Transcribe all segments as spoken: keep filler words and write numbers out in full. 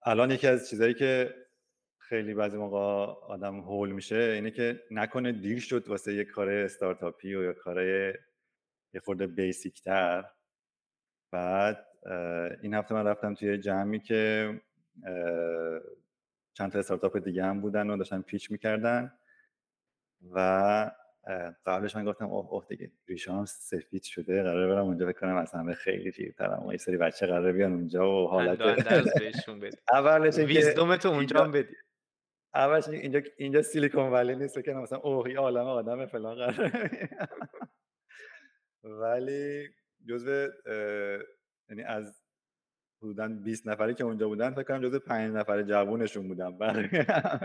الان یکی از چیزایی که خیلی بعضی موقع آدم هول میشه اینه که نکنه دیر شد واسه یه کار استارتاپی و یا کار یه خورده بیسیک تر. بعد این هفته من رفتم توی جمعی که چند تا استارتاپ دیگه هم بودن و داشتن پیچ میکردن و قبلش من گفتم اوه اوه دیگه ریشام سفید شده، قراره برم اونجا بکنم اصلا خیلی پیرترم و یه سری بچه قراره بیان اونجا و حالت انداز بهشون بدی. اولش اینکه ویزدومت اونجا هم بدی. اولش اینجا اینجا سیلیکون ولی نیست که مثلا اوه یه عالمه آدم فلان قراره ولی جزو یعنی از حدوداً بیست نفری که اونجا بودن فکر کنم جزو پنج نفر جوونشون بودن، بقیه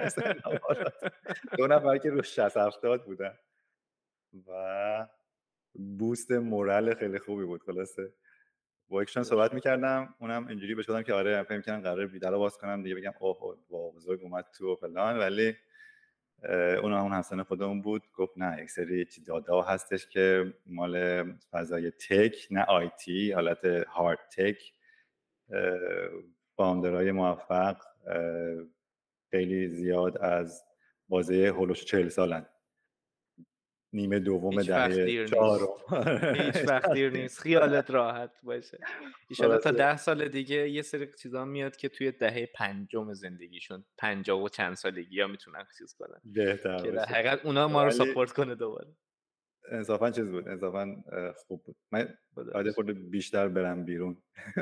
دو نفر که رو شصت هفتاد بودن و بوست مورال خیلی خوبی بود. خلاصه با یکشون صحبت میکردم، اونم اینجوری بهش گفتم که آره فکر می‌کردم قراره بیدارو باز کنم دیگه بگم اوه وا بزرگ اومد تو و فلان، ولی اونم همون حسن خودمون بود، گفت نه یک سری دادا هستش که مال فضای تک نه آیتی، حالت هارد تک، فاوندرهای موفق خیلی زیاد از بازه هولوش چهل سالن، نیمه دوم دهه چهارم. هیچ وقت دیر نیست، خیالت راحت باشه. ایشالا تا ده سال دیگه یه سری چیزا میاد که توی دهه پنجم زندگیشون پنجاه و چند سالگی ها میتونن چیز کنن بهتر که باشه، در حقیقت اونا ما رو ساپورت کنه دوباره. انصافا چیز بود، انصافا خوب بود. من باید خود بیشتر برم بیرون.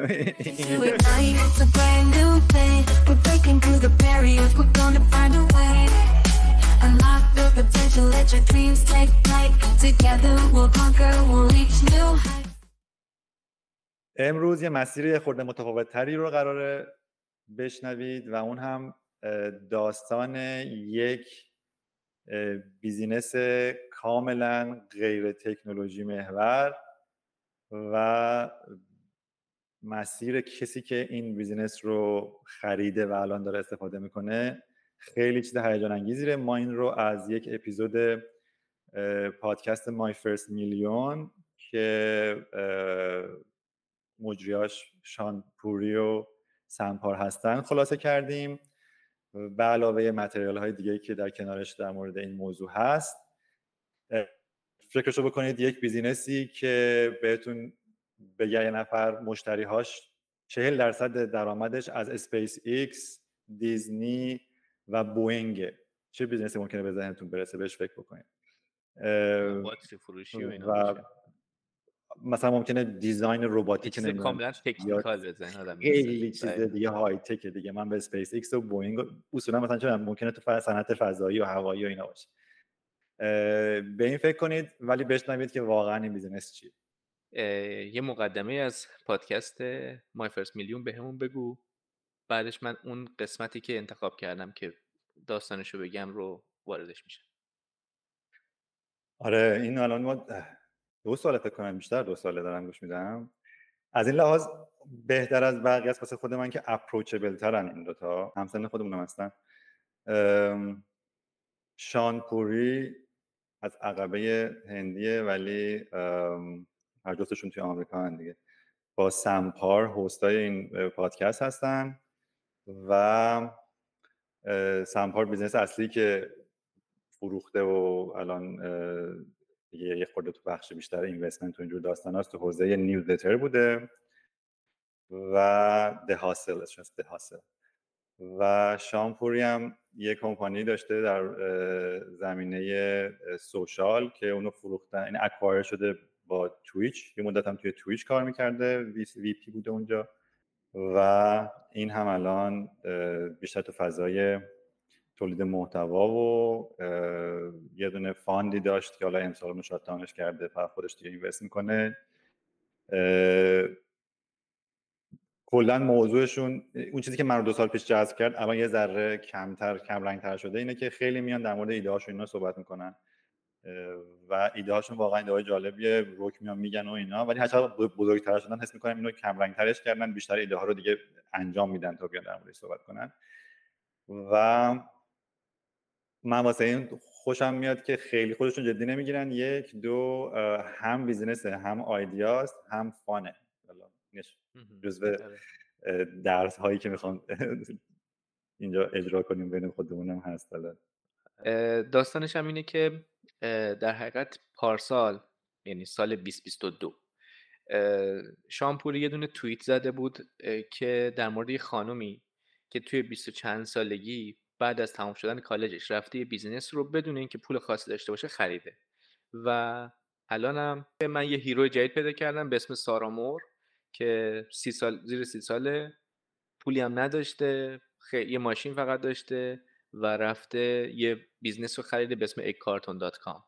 Unlock the potential, let your dreams take flight. Together we'll conquer, we'll reach new heights. امروز یه مسیر یه خورده متفاوت تری رو قراره بشنوید و اون هم داستان یک بیزینس کاملا غیر تکنولوژی محور و مسیر کسی که این بیزینس رو خریده و الان داره استفاده میکنه. خیلی چیز هیجان انگیزیه. ما این رو از یک اپیزود پادکست My First Million که مجریاش شان پوری و سمپار هستن خلاصه کردیم، به علاوه متریال های دیگه‌ای که در کنارش در مورد این موضوع هست. فکرشو بکنید یک بیزینسی که بهتون بگه یه نفر مشتریهاش چهل درصد درآمدش از اسپیس ایکس، دیزنی و بوئینگ. چه بیزینسی ممکنه به ذهنتون برسه؟ بهش فکر بکنید. باتری فروشی و اینا باشه. مثلا ممکنه دیزاین رباتیک چیز کاملا تکنیکال به ذهن آدم میاد. خیلی چیز دیگه های تک دیگه. من به اسپیس ایکس و بوئینگ اصولا مثلا چه ممکنه تو صنعت فضایی و هوایی و اینا باشه. به این فکر کنید ولی بشنوید که واقعا این بیزینس چیه. یه مقدمه از پادکست My First Million بهمون بگو، بعدش من اون قسمتی که انتخاب کردم که داستانشو بگم رو واردش میشه. آره این الان ما دو ساله فکر کنم، بیشتر دو ساله دارم گوش میدم. از این لحاظ بهتر از بقیه است واسه خود من که اپروچبل ترن این دوتا، همسن خودمون هم هستن. شان پوری از عقبه هندیه ولی هر جفتشون توی آمریکا هن دیگه. با سمپار هوستای این پادکست هستن و سمپار بیزنس اصلی که فروخته و الان دیگه یه خورده تو بخش بیشتر اینوستمنت و اینجور داستان هست تو حوزه نیوزلتر بوده و ده هاسل اسمش ده هاسل. و شامپوری هم یه کمپانی داشته در زمینه سوشال که اونو فروختن، این اکوایر شده با تویچ، یه مدت هم توی تویچ کار میکرده، وی پی بوده اونجا و این هم الان بیشتر تو فضای تولید محتوا و یه دونه فاندی داشت که حالا امسال اونو شاتداونش کرده، فقط خودش دیگه اینوست میکنه. کلا موضوعشون اون چیزی که من دو سال پیش جذب کرد الان یه ذره کمتر کم رنگ‌تر شده اینه که خیلی میان در مورد ایده هاشون اینا صحبت میکنن و ایده هاشون واقعا ایده های جالبیه، روک میان میگن و اینا، ولی هرچقدر بزرگتر شدن حس میکنم اینو کم رنگ‌ترش کردن، بیشتر ایده ها رو دیگه انجام میدن تا بیان در موردش صحبت کنن. و من واسه این خوشم میاد که خیلی خودشون جدی نمیگیرن. یک دو هم بیزینسه، هم آیدیاست، هم فانه. جزو درس هایی که میخوام اینجا اجرا کنیم بین خودمون هم هست. حالا داستانش هم اینه که در حقیقت پارسال، یعنی سال بیست بیست و دو، شامپوری یه دونه توییت زده بود که در مورد یه خانومی که توی بیست و چند سالگی بعد از تمام شدن کالجش رفته یه بیزینس رو بدون اینکه پول خاصی داشته باشه خریده. و الانم من یه هیرو جدید پیدا کردم به اسم سارا مور که سی سال زیر سی ساله، پولی هم نداشته، خیلی یه ماشین فقط داشته و رفته یه بیزنس رو خریده به اسم اگکارتون دات کام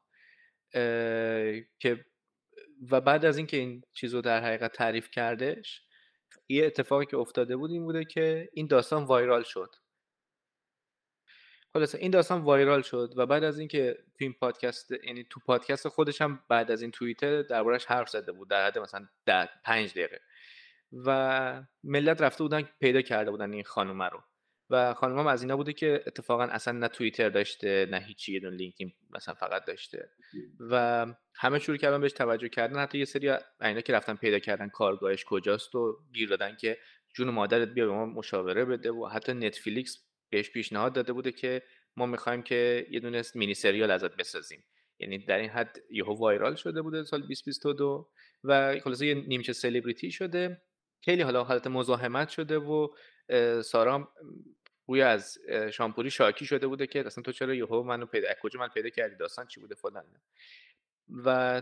که و بعد از اینکه این چیزو در حقیقت تعریف کردش، یه اتفاقی که افتاده بود این بوده که این داستان وایرال شد. خلاصه این داستان وایرال شد و بعد از اینکه تو این پادکست، یعنی تو پادکست خودش هم بعد از این توییته دربارش حرف زده بود در حد مثلا ده پنج دقیقه و ملت رفته بودن پیدا کرده بودن این خانومه رو و خانومه هم از اینا بوده که اتفاقا اصلا نه توییتر داشته نه هیچی، یه دونه لینکدین مثلا فقط داشته و همه شروع کردن بهش توجه کردن. حتی یه سری اینا که رفتن پیدا کردن کارگاهش کجاست و گیر دادن که جون مادرت بیا به ما مشاوره بده و حتی نتفلیکس بهش پیشنهاد داده بوده که ما می‌خوایم که یه دونه مینی سریال ازت بسازیم. یعنی در این حد یهو وایرال شده بوده سال بیست بیست و دو و خلاصه یه نیمچه سلبریتی شده. خیلی حالا حالت مزاحمت شده و سارا گویا از شامپوری شاکی شده بوده که اصلا تو چرا یهو منو پیدا کجا من پیدا کردی، داستان چی بوده فلان. و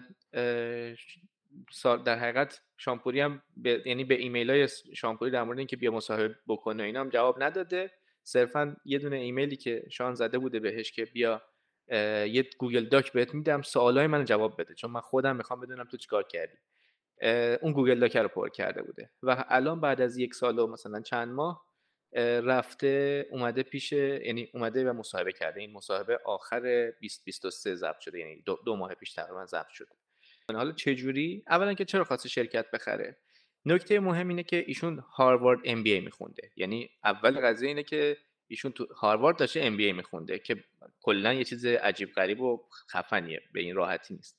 در حقیقت شامپوری هم به، یعنی به ایمیلای شامپوری در مورد اینکه بیا مصاحبه بکنه اینا هم جواب نداده. صرفا یه دونه ایمیلی که شان زده بوده بهش که بیا یه گوگل داک بهت میدم سوالای منو جواب بده چون من خودم میخوام بدونم تو چیکار کردی. اون گوگل داک رو پر کرده بوده و الان بعد از یک سال و مثلا چند ماه رفته اومده پیش، یعنی اومده و مصاحبه کرده. این مصاحبه آخر بیست بیست و سه ضبط شده، یعنی دو, دو ماه پیش تقریبا ضبط شده. حالا چه جوری؟ اولا که چرا خواسته شرکت بخره؟ نکته مهم اینه که ایشون هاروارد ام بی ای میخونده. یعنی اول قضیه اینه که ایشون تو هاروارد داشته ام بی ای میخونده که کلا یه چیز عجیب غریب و خفنیه، به این راحتی نیست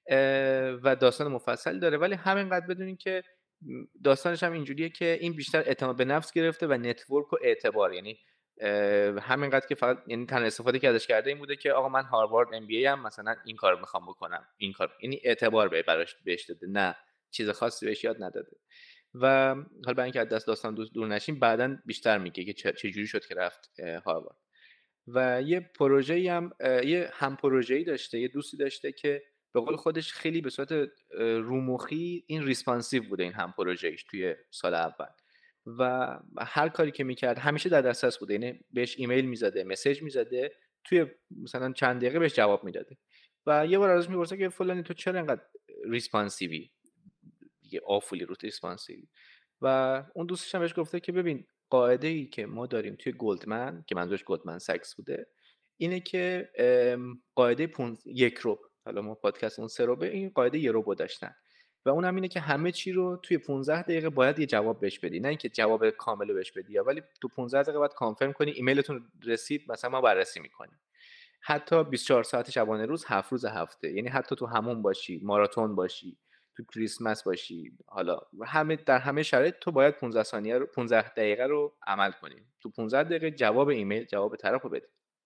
و داستان مفصل داره. ولی همینقدر بدونین که داستانش هم اینجوریه که این بیشتر اعتماد به نفس گرفته و نتورک و اعتبار. یعنی همینقدر که فقط، یعنی تنها استفاده که ازش کرده این بوده که آقا من هاروارد ام بی ای ام، مثلا این کارو میخوام بکنم، این کار، یعنی اعتبار به براش بهش داده، نه چیز خاصی بهش یاد نداده. و حالا برای اینکه از دست داستان دور نشیم بعداً بیشتر میگه که چه جوری شد که رفت هاروارد. و یه پروژه‌ای هم یه هم پروژه‌ای داشته، یه دوستی داشته که به قول خودش خیلی به صورت رومخی این ریسپانسیو بوده این هم پروژه‌ایش توی سال اول و هر کاری که میکرد همیشه در دسترس بوده. یعنی بهش ایمیل میزده، مسیج میزده، توی مثلا چند دقیقه بهش جواب میداده و یه بار ازش میپرسه که فلانی تو چرا اینقدر ریسپانسیوی، دیگه آفولی رو ریسپانسیو. و اون دوستش هم بهش گفته که ببین قاعده ای که ما داریم توی گلدمن، که منظورش گلدمن ساکس بوده، اینه که قاعده پونز... یک روب، حالا ما پادکست اون سه روبه، این قاعده یه روبو داشتن و اونم اینه که همه چی رو توی پانزده دقیقه باید یه جواب بهش بدی، نه اینکه جواب کامل رو بهش بدی، ولی تو پانزده دقیقه باید کانفرم کنی ایمیلتون رسید، مثلا ما بررسی میکنیم. حتی بیست و چهار ساعت شبانه روز، هفت روز هفته، یعنی حتی تو همون باشی، ماراتون باشی، تو کریسمس باشی، حالا همه در همه شرایط تو باید پانزده ثانیه رو پانزده دقیقه رو عمل کنی. تو پانزده دقیقه جواب ایمیل، جواب طرف رو بدی.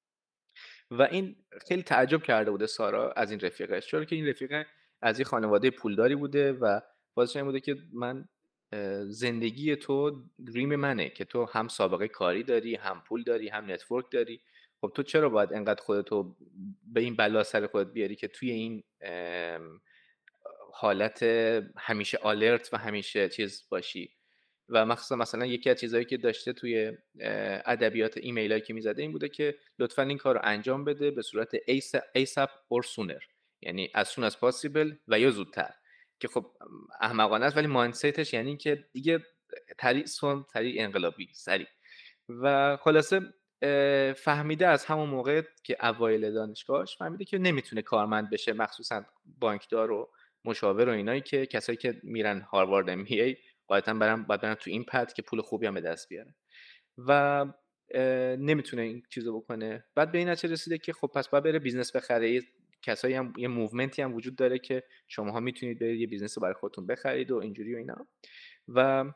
و این خیلی تعجب کرده بوده سارا از این رفیقش، چون که این رفیق از یه خانواده پولداری بوده و واسه این بوده که من زندگی تو دریم منه که تو هم سابقه کاری داری، هم پول داری، هم نتورک داری. خب تو چرا باید انقدر خودتو به این بلا سر خودت بیاری که توی این حالت همیشه آلرت و همیشه چیز باشی؟ و مخصوصا مثلا یکی از چیزایی که داشته توی ادبیات ایمیلایی که میزده این بوده که لطفاً این کار رو انجام بده به صورت ایساپ اور سونر، یعنی as soon as possible و یا زودتر، که خب احمقانه است ولی مایندستش یعنی که دیگه طریق سون طریق انقلابی سریع. و خلاصه فهمیده از همون موقع که اوایل دانشگاهش فهمیده که نمیتونه کارمند بشه، مخصوصا بانکدار و مشاور و اینایی که کسایی که میرن هاروارد ام بی ای قاعدتا برن باید برن تو این پد که پول خوبی هم به دست بیاره و نمیتونه این چیزو بکنه. بعد به این نتیجه رسیده که خب پس باید بره بیزنس بخره. کسایی هم یه موومنتی هم وجود داره که شماها میتونید برید یه بیزنس رو برای خودتون بخرید و اینجوری و اینا. و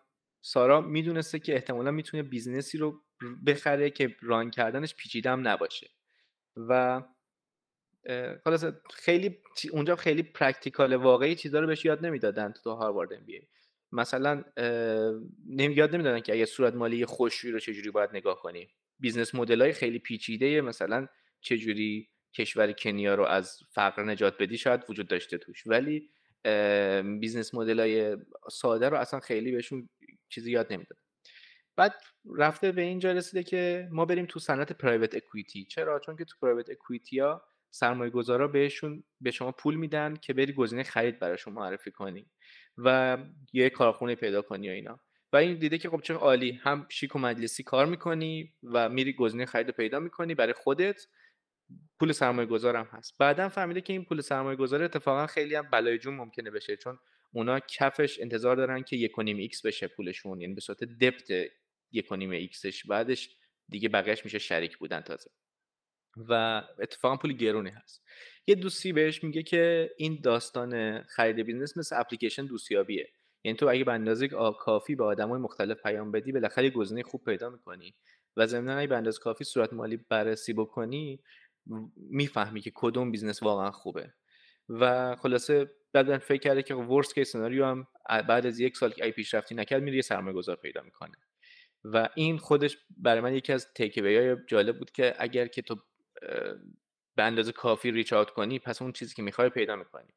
سارا میدونسته که احتمالا میتونه بیزنسی رو بخره که ران کردنش پیچیده هم نباشه و خلاص خیلی اونجا خیلی پرکتیکال واقعی چیزا رو بهش یاد نمیدادن تو هاروارد ام بی ای. مثلا نمی یاد نمیدادن که اگه صورت مالی خوشرویی رو چجوری باید نگاه کنی، بیزنس مدل‌های خیلی پیچیده مثلا چجوری کشور کنیا رو از فقر نجات بدی شاید وجود داشته توش، ولی بیزنس مدل‌های ساده رو اصلا خیلی بهشون چیزی یاد نمیداد. بعد رفته به اینجا رسیده که ما بریم تو صنعت پرایوت اکوئیتی. چرا؟ چون که تو پرایوت اکوئیتی‌ها سرمایه‌گذارا بهشون به شما پول میدن که بری گزینه خرید براشون معرفی کنی و یه کارخونه پیدا کنی و اینا. و این دیده که خب چه عالی، هم شیک و مجلسی کار میکنی و میری گزینه خرید پیدا میکنی برای خودت، پول سرمایه گذارم هست. بعدم فهمیده که این پول سرمایه گذار اتفاقا خیلی هم بلای جون ممکنه بشه، چون اونا کفش انتظار دارن که یک و نیم ایکس بشه پولشون، یعنی به صورت دپت یک و نیم ایکسش، بعدش دیگه بقیهش میشه شریک بودن تازه و اتفاقا پول گرونی هست. یه دوستی بهش میگه که این داستان خرید بیزنس مثل اپلیکیشن دوستیابیه، یعنی تو اگه به اندازه کافی به آدمای مختلف پیام بدی بالاخره گزینه خوب پیدا میکنی و ضمن اگه به اندازه کافی صورت مالی بررسی بکنی میفهمی که کدوم بیزنس واقعا خوبه. و خلاصه بعدن فکر کرده که ورست کیس سناریو هم بعد از یک سال که ای پیشرفتی نکرد میره یه سرمایه‌گذار پیدا میکنه و این خودش برای من یکی از تیک اوی‌های جالب بود که اگر که تو به اندازه کافی ریچ اوت کنی پس اون چیزی که میخوای پیدا میکنی.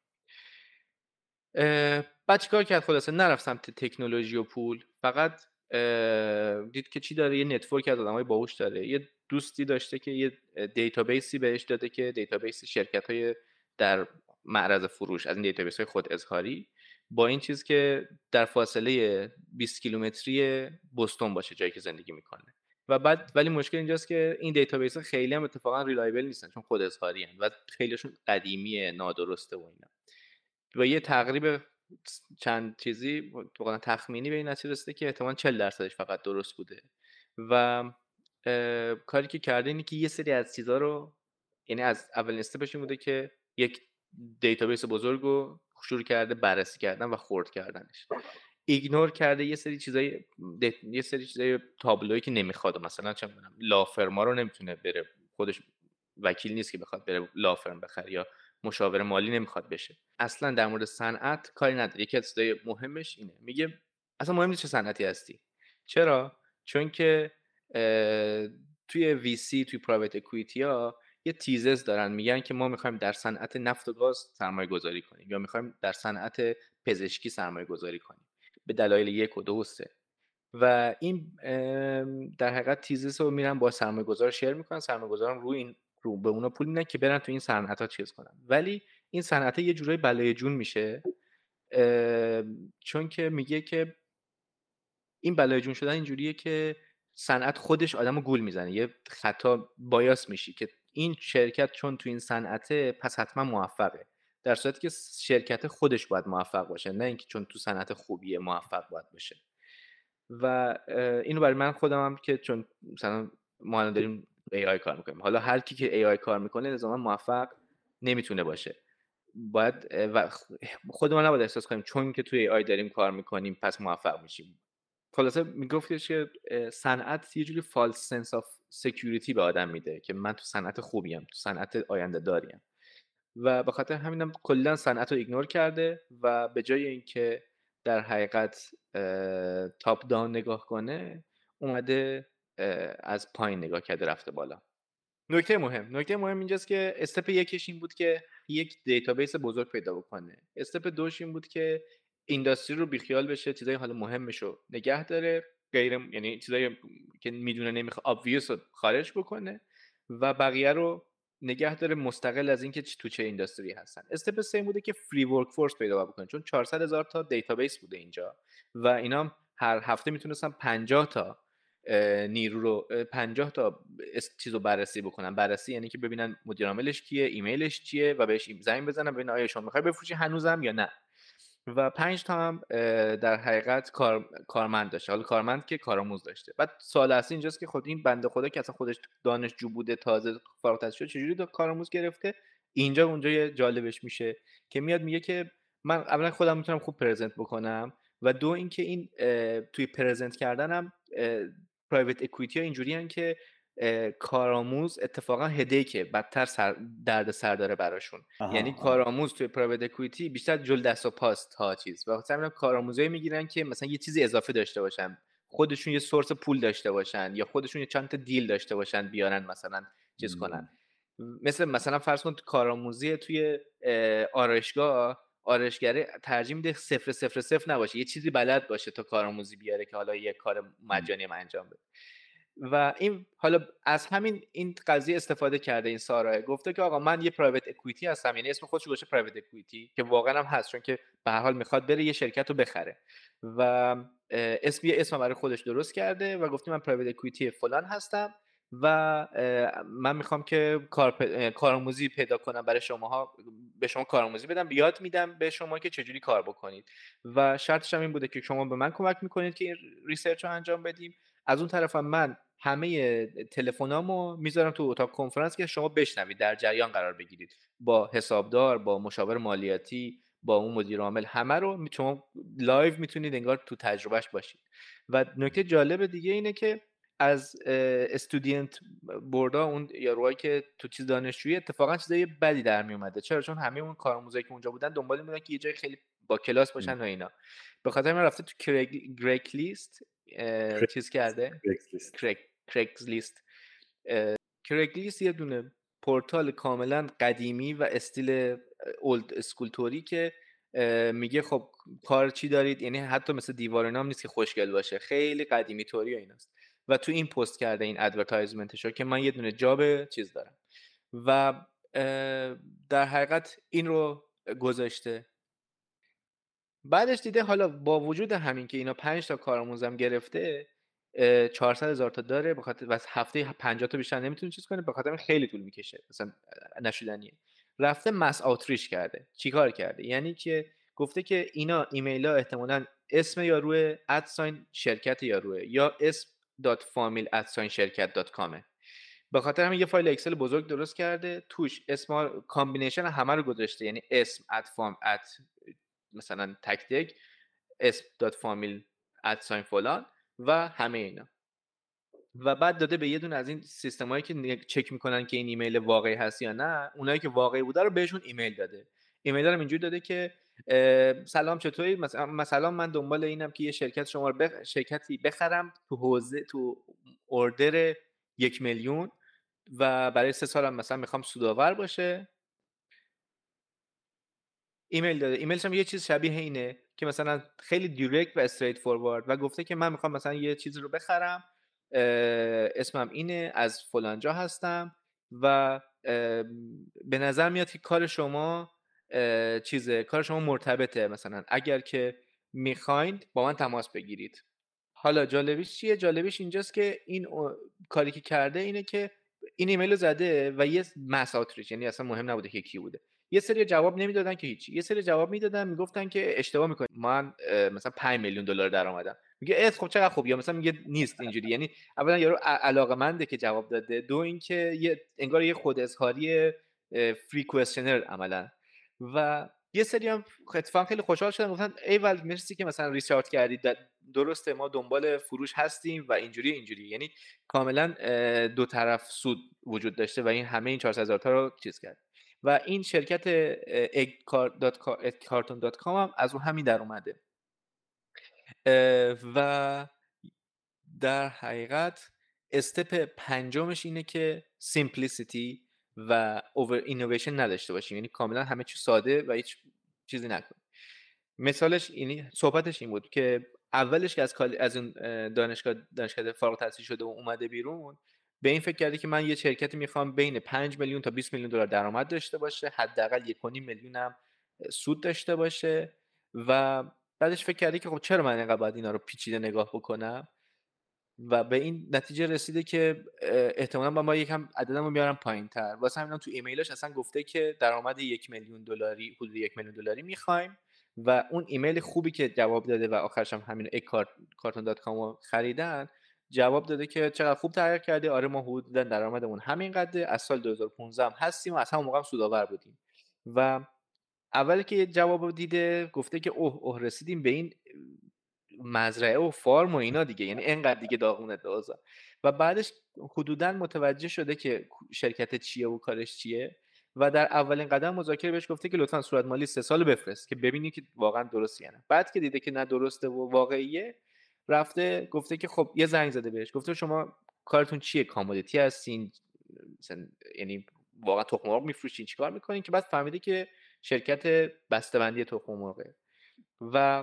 بعد چیکار کرد؟ خلاصه نرفت سمت تکنولوژی و پول، فقط دید که چی داره، یه نتورک از آدمای باهوش داره. یه دوستی داشته که یه دیتابیسی بهش داده که دیتابیس شرکت‌های در معرض فروش، از این دیتابیس‌های خود اظهاری، با این چیز که در فاصله بیست کیلومتری بوستون باشه جایی که زندگی میکنه. و بعد ولی مشکل اینجاست که این دیتابیس خیلی هم اتفاقا ریلایبل نیستن چون خود اظهاری هستن و خیلیشون قدیمیه، نادرسته و اینا. و یه تقریب چند چیزی واقعا تخمینی به این نتیجه رسیده که احتمالاً چهل درصدش فقط درست بوده و کاری که کرده اینه که یه سری از چیزا رو، یعنی از اولین استپش این بوده که یک دیتابیس بزرگ رو شروع کرده بررسی کردن و خرد کردنش، ایگنور کرده یه سری چیزای دیت... یه سری چیزای تابلویی که نمیخواد، مثلا چه میدونم لافرما رو نمیتونه بره، خودش وکیل نیست که بخواد بره لافرم بخره یا مشاور مالی نمیخواد بشه. اصلا در مورد صنعت کاری نداره. یکی از چیزای مهمش اینه، میگه اصلا مهم نیست چه صنعتی هستی. چرا؟ چون که توی وی سی، توی پرایوت اکوئیتی ها یه تیزز دارن، میگن که ما میخوایم در صنعت نفت و گاز سرمایه گذاری کنیم یا میخوایم در صنعت پزشکی سرمایه گذاری کنیم به دلایل یک و دو و سه و این در حقیقت تیزز رو میرن با سرمایه گذار شیر میکنن، سرمایه گذارم روی این رو به اونا پول میدن که برن تو این صنعت ها چیز کنن، ولی این صنعت یه جورایی بلای جون میشه چون که میگه که این بلای جون شدن اینجوریه که صنعت خودش آدمو گول میزنه، یه خطا بایاس میشی که این شرکت چون تو این صنعته پس حتما موفقه، در صورتی که شرکت خودش باید موفق باشه، نه اینکه چون تو صنعت خوبیه موفق باید باشه. و اینو برای من خودم هم که چون مثلا ما الان داریم ای آی کار میکنیم، حالا هر کی که ای آی کار میکنه لزوما موفق نمیتونه باشه، باید و خودمون نباید احساس کنیم چون که توی ای آی داریم کار میکنیم پس موفق میشیم. خلاصه میگفتش که صنعت یه جوری فالس سنس آف سکیوریتی به آدم میده که من تو صنعت خوبیم، تو صنعت آینده داریم و به خاطر همینم کلا صنعت رو ایگنور کرده و به جای اینکه در حقیقت تاپ داون نگاه کنه اومده از پایین نگاه کرده رفته بالا. نکته مهم نکته مهم اینجاست که استپ یکش این بود که یک دیتابیس بزرگ پیدا بکنه، استپ دوش این بود که اینداستری رو بیخیال بشه، چیزای حالا مهمشو نگه داره، غیر یعنی چیزایی که میدونه نمیخواد ابویس رو خارج بکنه و بقیه رو نگه داره مستقل از اینکه تو چه اینداستری هستن. استپ سه بوده که فری ورک فورس پیدا بکنه، چون چهارصد هزار تا دیتابیس بوده اینجا و اینا هر هفته میتونستن پنجاه تا نیرو رو پنجاه تا چیزو بررسی بکنن. بررسی یعنی که ببینن مدیر عاملش کیه، ایمیلش چیه و بهش زنگ بزنن ببینن آیا شما میخوای بفروشی هنوزم یا نه. و پنج تا هم در حقیقت کار کارمند داشته، حالا کارمند که کارآموز داشته. بعد سوال اصلی اینجاست که خود این بنده خدا که اصلا خودش دانشجو بوده، تازه فارغ التحصیل شده، چجوری کارآموز گرفته؟ اینجا اونجا جالبش میشه که میاد میگه که من اولا خودم میتونم خوب پرزنت بکنم و دو اینکه این توی پرزنت کردنم پرایوت اکویتی ها اینجوری هن که کارآموز اتفاقا هدیکه بدتر سر درد سر داره براشون. یعنی کارآموز توی پرایوت اکویتی بیشتر جل دست و پاست تا چیز، و مثلا کارآموزایی میگیرن که مثلا یه چیزی اضافه داشته باشن، خودشون یه سورس پول داشته باشن یا خودشون یه چند تا دیل داشته باشن بیارن مثلا چیز کنن. مثل مثلا فرض کن کارآموزی توی آرایشگاه، آرایشگره ترجیح میده صفر صفر صفر نباشه، یه چیزی بلد باشه تا کارآموزی بیاره که حالا یه کار مجانی هم انجام بده. و این حالا از همین این قضیه استفاده کرده این سارا، گفته که آقا من یه پرایوت اکویتی هستم، یعنی اسم خودش گذاشته پرایوت اکویتی که واقعا هم هست، چون که به هر حال میخواد بره یه شرکت رو بخره و اسم یه اسم برای خودش درست کرده و گفته من پرایوت اکویتی فلان هستم و من میخوام که کار پ... کارآموزی پیدا کنم برای شماها، به شما کارآموزی بدم، یاد میدم به شما که چجوری کار بکنید و شرطش هم این بوده که شما به من کمک میکنید که این ریسرچ رو انجام بدیم، از اون طرف هم من همه تلفنامو میذارم تو اتاق کنفرانس که شما بشنوید، در جریان قرار بگیرید با حسابدار، با مشاور مالیاتی، با اون مدیر عامل، همه رو شما لایو میتونید انگار تو تجربهش باشید. و نکته جالب دیگه اینه که از استودینت بوردا، اون یاروهایی که تو چیز دانشجویی، اتفاقا چیزای بدی در می اومده. چرا؟ چون همه اون کارآموزایی که اونجا بودن دنبال این بودن که یه جای خیلی با کلاس باشن و اینا. به خاطر من رفته تو کرگ گریک لیست چیز کرده، کرگ کرگز لیست. کرگ لیست یه دونه پورتال کاملا قدیمی و استیل اولد اسکولتوری که میگه خب کار چی دارید، یعنی حتی مثل دیوار اینا هم نیست که خوشگل باشه، خیلی قدیمی طوری و ایناست. و تو این پست کرده این ادورتایزمنتشو که من یه دونه جاب چیز دارم و در حقیقت این رو گذاشته. بعدش دیده حالا با وجود همین که اینا پنج تا کارآموزم گرفته، چهارصد هزار تا داره، بخاطر واسه هفته پنجاه تا بیشتر نمیتونه چیز کنه، بخاطر خیلی طول میکشه، مثلا نشدنیه. رفته مس آوتریچ کرده. چیکار کرده؟ یعنی که گفته که اینا ایمیلا احتمالاً اسم یارو ادساین شرکت یاروه یا اسم دات فامیل ادساین شرکت دات کامه. به خاطر همین یه فایل اکسل بزرگ درست کرده، توش اسم کامبینیشن همه رو گذاشته، یعنی اسم اد فام اد مثلا تک تک اسم دات فامیل ادساین فلان و همه اینا، و بعد داده به یه دونه از این سیستمایی که چک میکنن که این ایمیل واقعی هست یا نه. اونایی که واقعی بوده رو بهشون ایمیل داده. ایمیل رو اینجوری داده که سلام چطوری، مثلا مثلا من دنبال اینم که یه شرکت شما رو بخ... شرکتی بخرم تو حوزه تو اوردر یک میلیون و برای سه سالم مثلا میخوام سودآور باشه. ایمیل داده. ایمیلش هم یه چیز شبیه اینه که مثلا خیلی دایرکت و استریت فوروارد، و گفته که من میخوام مثلا یه چیزی رو بخرم، اسمم اینه، از فلان جا هستم و به نظر میاد که کار شما چیزه، کار شما مرتبطه، مثلا اگر که میخواین با من تماس بگیرید. حالا جالبیش چیه؟ جالبیش اینجاست که این کاری که کرده اینه که این ایمیل رو زده و یه مس آوتریچ، یعنی اصلا مهم نبوده که کی بوده، یه سری جواب نمیدادن که هیچی، یه سری جواب میدادن میگفتن که اشتباه میکنید، من مثلا پنج میلیون دلار درآمدم. میگه اه خب چقدر خوب، یا مثلا میگه نیست اینجوری. یعنی اولا یارو علاقه‌منده که جواب داده، دو اینکه یه انگار یه خود اظهاری فری کوئسشنر عملا. و یه سری هم اتفاقا خیلی خوشحال شدن، گفتن ایول مرسی که مثلا ریچارت کردید، درسته ما دنبال فروش هستیم و اینجوری اینجوری. یعنی کاملا دو طرف سود وجود داشته و این همه این چهارصد هزار تا رو چیز کرد. و این شرکت اگ کارتون دات کام هم از اون همین در اومده. و در حقیقت استپ پنجمش اینه که سیمپلیسیتی و اوور اینویشن نداشته باشیم، یعنی کاملا همه چی ساده و هیچ چیزی نکنیم. مثالش اینی، صحبتش این بود که اولش که از از اون دانشگاه دانشکده فارغ التحصیل شده و اومده بیرون، به این فکر کرده که من یه شرکتی میخوام بین پنج میلیون تا بیست میلیون دلار درآمد داشته باشه، حداقل یک و نیم میلیون هم سود داشته باشه. و بعدش فکر کرده که خب چرا من اینقدر باید اینا رو پیچیده نگاه بکنم، و به این نتیجه رسیده که احتمالاً با ما یکم عددمو میارم پایین‌تر. واسه همین تو ایمیلش اصلا گفته که درآمد یک میلیون دلاری، حدود یک میلیون دلاری میخوایم، و اون ایمیل خوبی که جواب داده و آخرش هم همین اگ کارتون دات کام رو خریدن، جواب داده که چقدر خوب تحقیق کرده، آره ما حدوداً درآمدمون همین قدره، از سال دو هزار و پانزده هم هستیم و از همون موقع هم سودآور بودیم. و اولی که جواب دیده گفته که اوه اوه رسیدیم به این مزرعه و فارم و اینا دیگه، یعنی انقدر دیگه داغونه دوزا. و بعدش حدودا متوجه شده که شرکت چیه و کارش چیه و در اولین قدم مذاکره بهش گفته که لطفا صورت مالی سه سال بفرست که ببینی که واقعا درسته یا نه. بعد که دیده که نه درسته و واقعیه، رفته گفته که خب یه زنگ زده بهش گفته شما کارتون چیه، کامودیتی هستین مثلا، یعنی واقعا تخم مرغ میفروشین چیکار میکنین؟ که بعد فهمیده که شرکت بسته‌بندی تخم مرغه و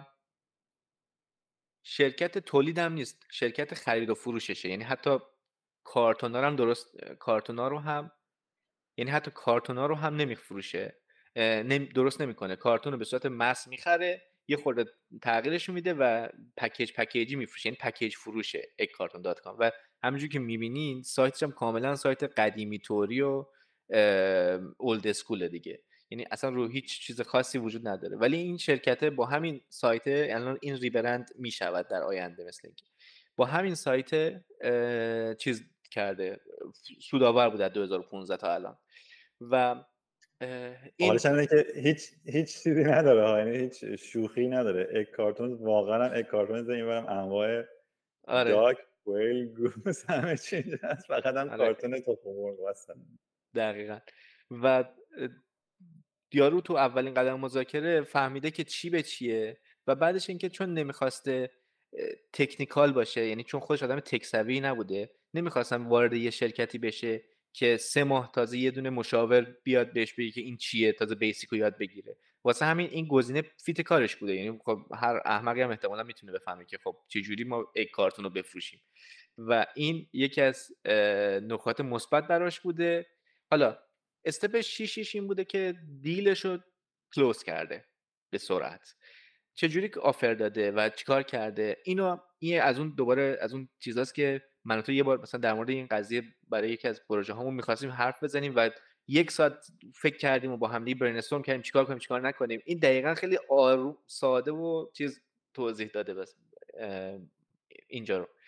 شرکت تولید هم نیست، شرکت خرید و فروششه. یعنی حتی کارتونا رو هم درست کارتونا رو هم یعنی حتی کارتونا رو هم نمیفروشه، نمی درست نمیکنه. کارتون رو به صورت مس میخره، یه خورده تغییرش میده و پکیج پکیجی میفروشه، یعنی پکیج فروشه اگ کارتون دات کام. و همونجوری که میبینین سایتش هم کاملا سایت قدیمی طوری و اولد اسکول دیگه، یعنی اصلا رو هیچ چیز خاصی وجود نداره. ولی این شرکت با همین سایت الان این ریبرند میشود در آینده، مثل اینکه با همین سایت چیز کرده، سودآور بود از دو هزار و پانزده تا الان. و این حالش اینه که هیچ هیچ چیزی نداره، یعنی هیچ شوخی نداره. اگ کارتون واقعا هم اگ کارتون اینورم انواع آره داک، ویل، گوس همه چیز هست، فقط هم آره کارتون تخم مرغ واسه. دقیقاً. و یارو تو اولین قدم مذاکره فهمیده که چی به چیه و بعدش اینکه چون نمیخواسته تکنیکال باشه، یعنی چون خودش آدم تک سوی نبوده، نمیخواستم وارد یه شرکتی بشه که سه ماه تازه یه دونه مشاور بیاد بهش بگه که این چیه، تازه بیسیکو یاد بگیره. واسه همین این گزینه فیت کارش بوده. یعنی خب هر احمقی هم احتمالاً میتونه بفهمه که خب چه جوری ما یک کارتون رو بفروشیم و این یکی از نکات مثبت براش بوده. حالا استپ شیشیش این بوده که دیلش رو کلوز کرده به سرعت. چجوری که آفر داده و چیکار کرده، اینو این از اون دوباره از اون چیزاست که من و تو یه بار مثلا در مورد این قضیه برای یکی از پروژه هامون می‌خواستیم حرف بزنیم و یک ساعت فکر کردیم و با هم دیگه برین استورم کردیم چیکار کنیم چیکار نکنیم. این دقیقاً خیلی آروم ساده و چیز توضیح داده بس اینجا رو.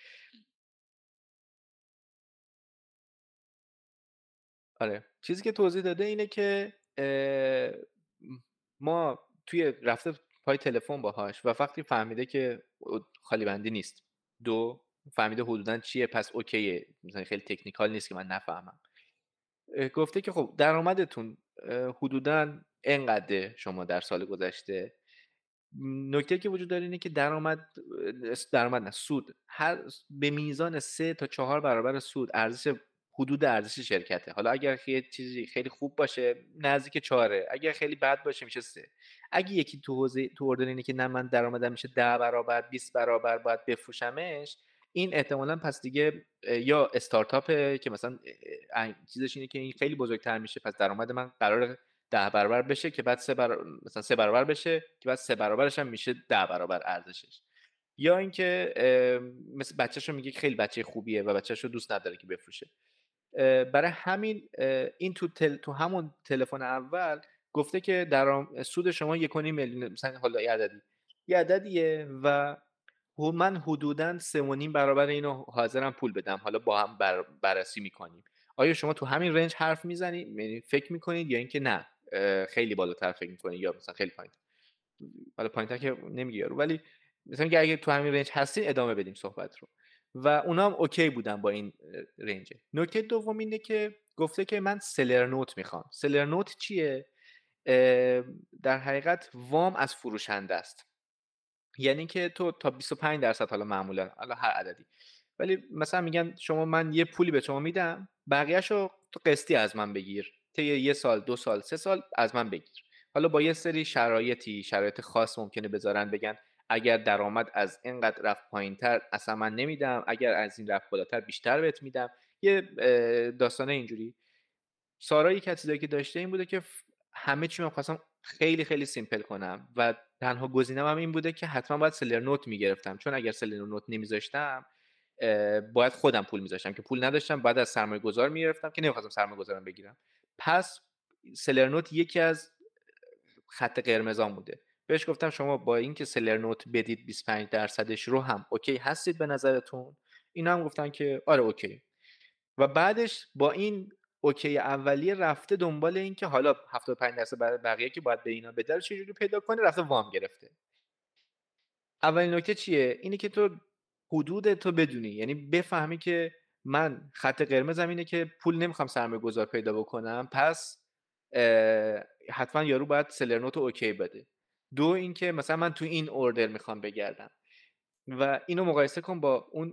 آره چیزی که توضیح داده اینه که ما توی رفته پای تلفن باهاش و وقتی فهمیده که خالی بندی نیست، دو فهمیده حدوداً چیه، پس اوکیه، مثلا خیلی تکنیکال نیست که من نفهمم. گفته که خب درآمدتون حدوداً اینقدر شما در سال گذشته. نکته که وجود داره اینه که درآمد درآمد نه سود هر به میزان سه تا چهار برابر سود ارزش حدود ارزش شرکته. حالا اگر خیلی چیزی خیلی خوب باشه نزدیک چهاره، اگر خیلی بد باشه میشه سه. اگه یکی تو حوزه تو اردن اینه که نه من درآمدم میشه ده برابر بیست برابر باید بفروشمش، این احتمالاً پس دیگه یا استارتاپه که مثلا چیزش اینه که این خیلی بزرگتر میشه، پس درآمد من قراره ده برابر بشه که بعد سه برابر مثلا سه برابر بشه که بعد سه برابرش هم میشه ده برابر ارزشش. یا اینکه مثل بچه‌شو میگه که خیلی بچه خوبیه و بچه‌شو دوست نداره که بفروشه. برای همین این تو تل، تو همون تلفن اول گفته که درآمد سود شما یک و نیم میلیون مثلا، حالا یه عددی یه عددیه و من حدوداً سه و نیم برابر اینو حاضرم پول بدم، حالا با هم بر بررسی میکنیم آیا شما تو همین رنج حرف میزنید، یعنی فکر میکنید، یا اینکه نه خیلی بالاتر فکر میکنید یا مثلا خیلی پایین. حالا پایین‌تر که نمیگه یارو، ولی مثلا اگه اگه تو همین رنج هستین ادامه بدیم صحبت رو. و اونا هم اوکی بودن با این رنج. نکته دوم اینه که گفته که من سلر نوت میخوام. سلر نوت چیه؟ در حقیقت وام از فروشنده است. یعنی که تو تا بیست و پنج درصد حالا معمولا حالا هر عددی، ولی مثلا میگن شما من یه پولی به شما میدم بقیه‌شو تو قسطی از من بگیر، طی یه سال دو سال سه سال از من بگیر. حالا با یه سری شرایطی شرایط خاص ممکنه بذارن، بگن اگر درآمد از اینقدر رفت پایینتر اصلا من نمیدم، اگر از این رفت بالاتر بیشتر بهت میدم. یه داستانه اینجوری. سارا یک از چیزایی که داشته این بوده که همه چی من خواستم خیلی خیلی سیمپل کنم و تنها گزینه‌م هم این بوده که حتما باید سلر نوت میگرفتم، چون اگر سلر نوت نمیذاشتم باید خودم پول میذاشتم که پول نداشتم، بعد از سرمایه گذار میگرفتم که نمیخواستم سرمایه گذارم بگیرم. پس سلر نوت یکی از خط قرمزام بوده. بهش گفتم شما با اینکه سلر نوت بدید بیست و پنج درصدش رو هم اوکی هستید به نظرتون؟ اینا هم گفتن که آره اوکی. و بعدش با این اوکی اولیه رفته دنبال این که حالا هفتاد و پنج درصد برای بقیه که باید به اینا بده رو چجوری پیدا کنه، رفته وام گرفته. اولین نکته چیه؟ اینه که تو حدود تو بدونی، یعنی بفهمی که من خط قرمزم اینه که پول نمیخوام سرمایه گذار پیدا بکنم، پس حتما یارو باید سلرنوت رو اوکی بده. دو اینکه مثلا من تو این اوردر میخوام بگردم و اینو مقایسه کن با اون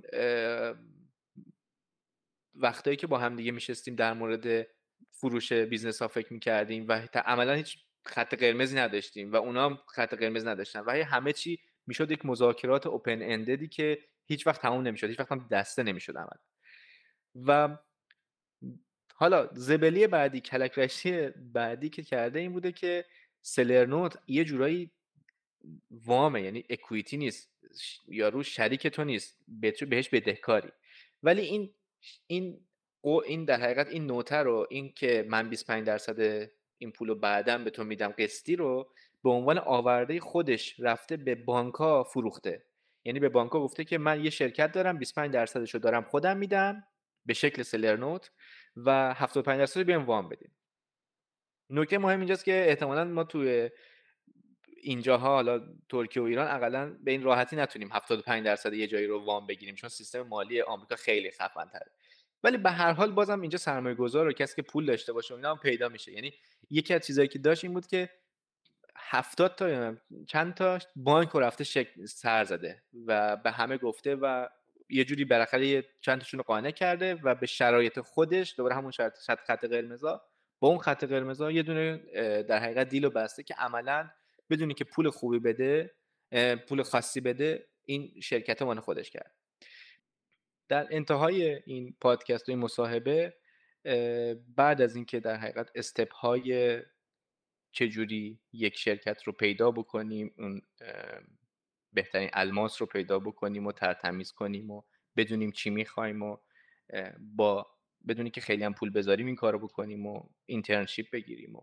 وقتایی که با هم دیگه میشستیم در مورد فروش بیزنس ها فکر میکردیم و عملا هیچ خط قرمزی نداشتیم و اونا هم خط قرمز نداشتن و همه چی میشد یک مذاکرات اوپن انددی که هیچ وقت تموم نمیشد، هیچ وقت هم دسته نمیشد عمل. و حالا زبلی بعدی، کلک رشتی بعدی که کرده این بوده که سلرنوت یه جورایی وامه، یعنی اکویتی نیست، یارو شریک تو نیست، بهش بدهکاری. ولی این این او این در حقیقت این نوته رو، این که من بیست و پنج درصد این پولو بعداً به تو میدم قسطی رو، به عنوان آورده خودش رفته به بانک‌ها فروخته. یعنی به بانک‌ها گفته که من یه شرکت دارم، بیست و پنج درصدشو دارم خودم میدم به شکل سلرنوت و هفتاد و پنج درصد رو بیام وام بدین. نکته مهم اینجاست که احتمالاً ما توی اینجاها، حالا ترکیه و ایران، اقلا به این راحتی نتونیم هفتاد و پنج درصد یه جایی رو وام بگیریم چون سیستم مالی آمریکا خیلی خفن تره. ولی به هر حال بازم اینجا سرمایه گذار و کسی که پول داشته باشه اینا هم پیدا میشه. یعنی یکی از چیزایی که داشت این بود که هفتاد تا یا چند تا بانک رو رفته شک... سر زده و به همه گفته و یه جوری بالاخره چند تاشون رو قانع کرده و به شرایط خودش دوباره همون شرط خط قرمزا، با اون خط قرمزا یه دونه در حقیقت دیلو بسته که عملاً بدونی که پول خوبی بده، پول خاصی بده، این شرکت مال خودش کرد. در انتهای این پادکست و این مصاحبه، بعد از اینکه در حقیقت استپ های چجوری یک شرکت رو پیدا بکنیم، اون بهترین الماس رو پیدا بکنیم و ترتمیز کنیم و بدونیم چی میخوایم و با بدونی که خیلی هم پول بذاریم این کارو بکنیم و اینترنشیپ بگیریم و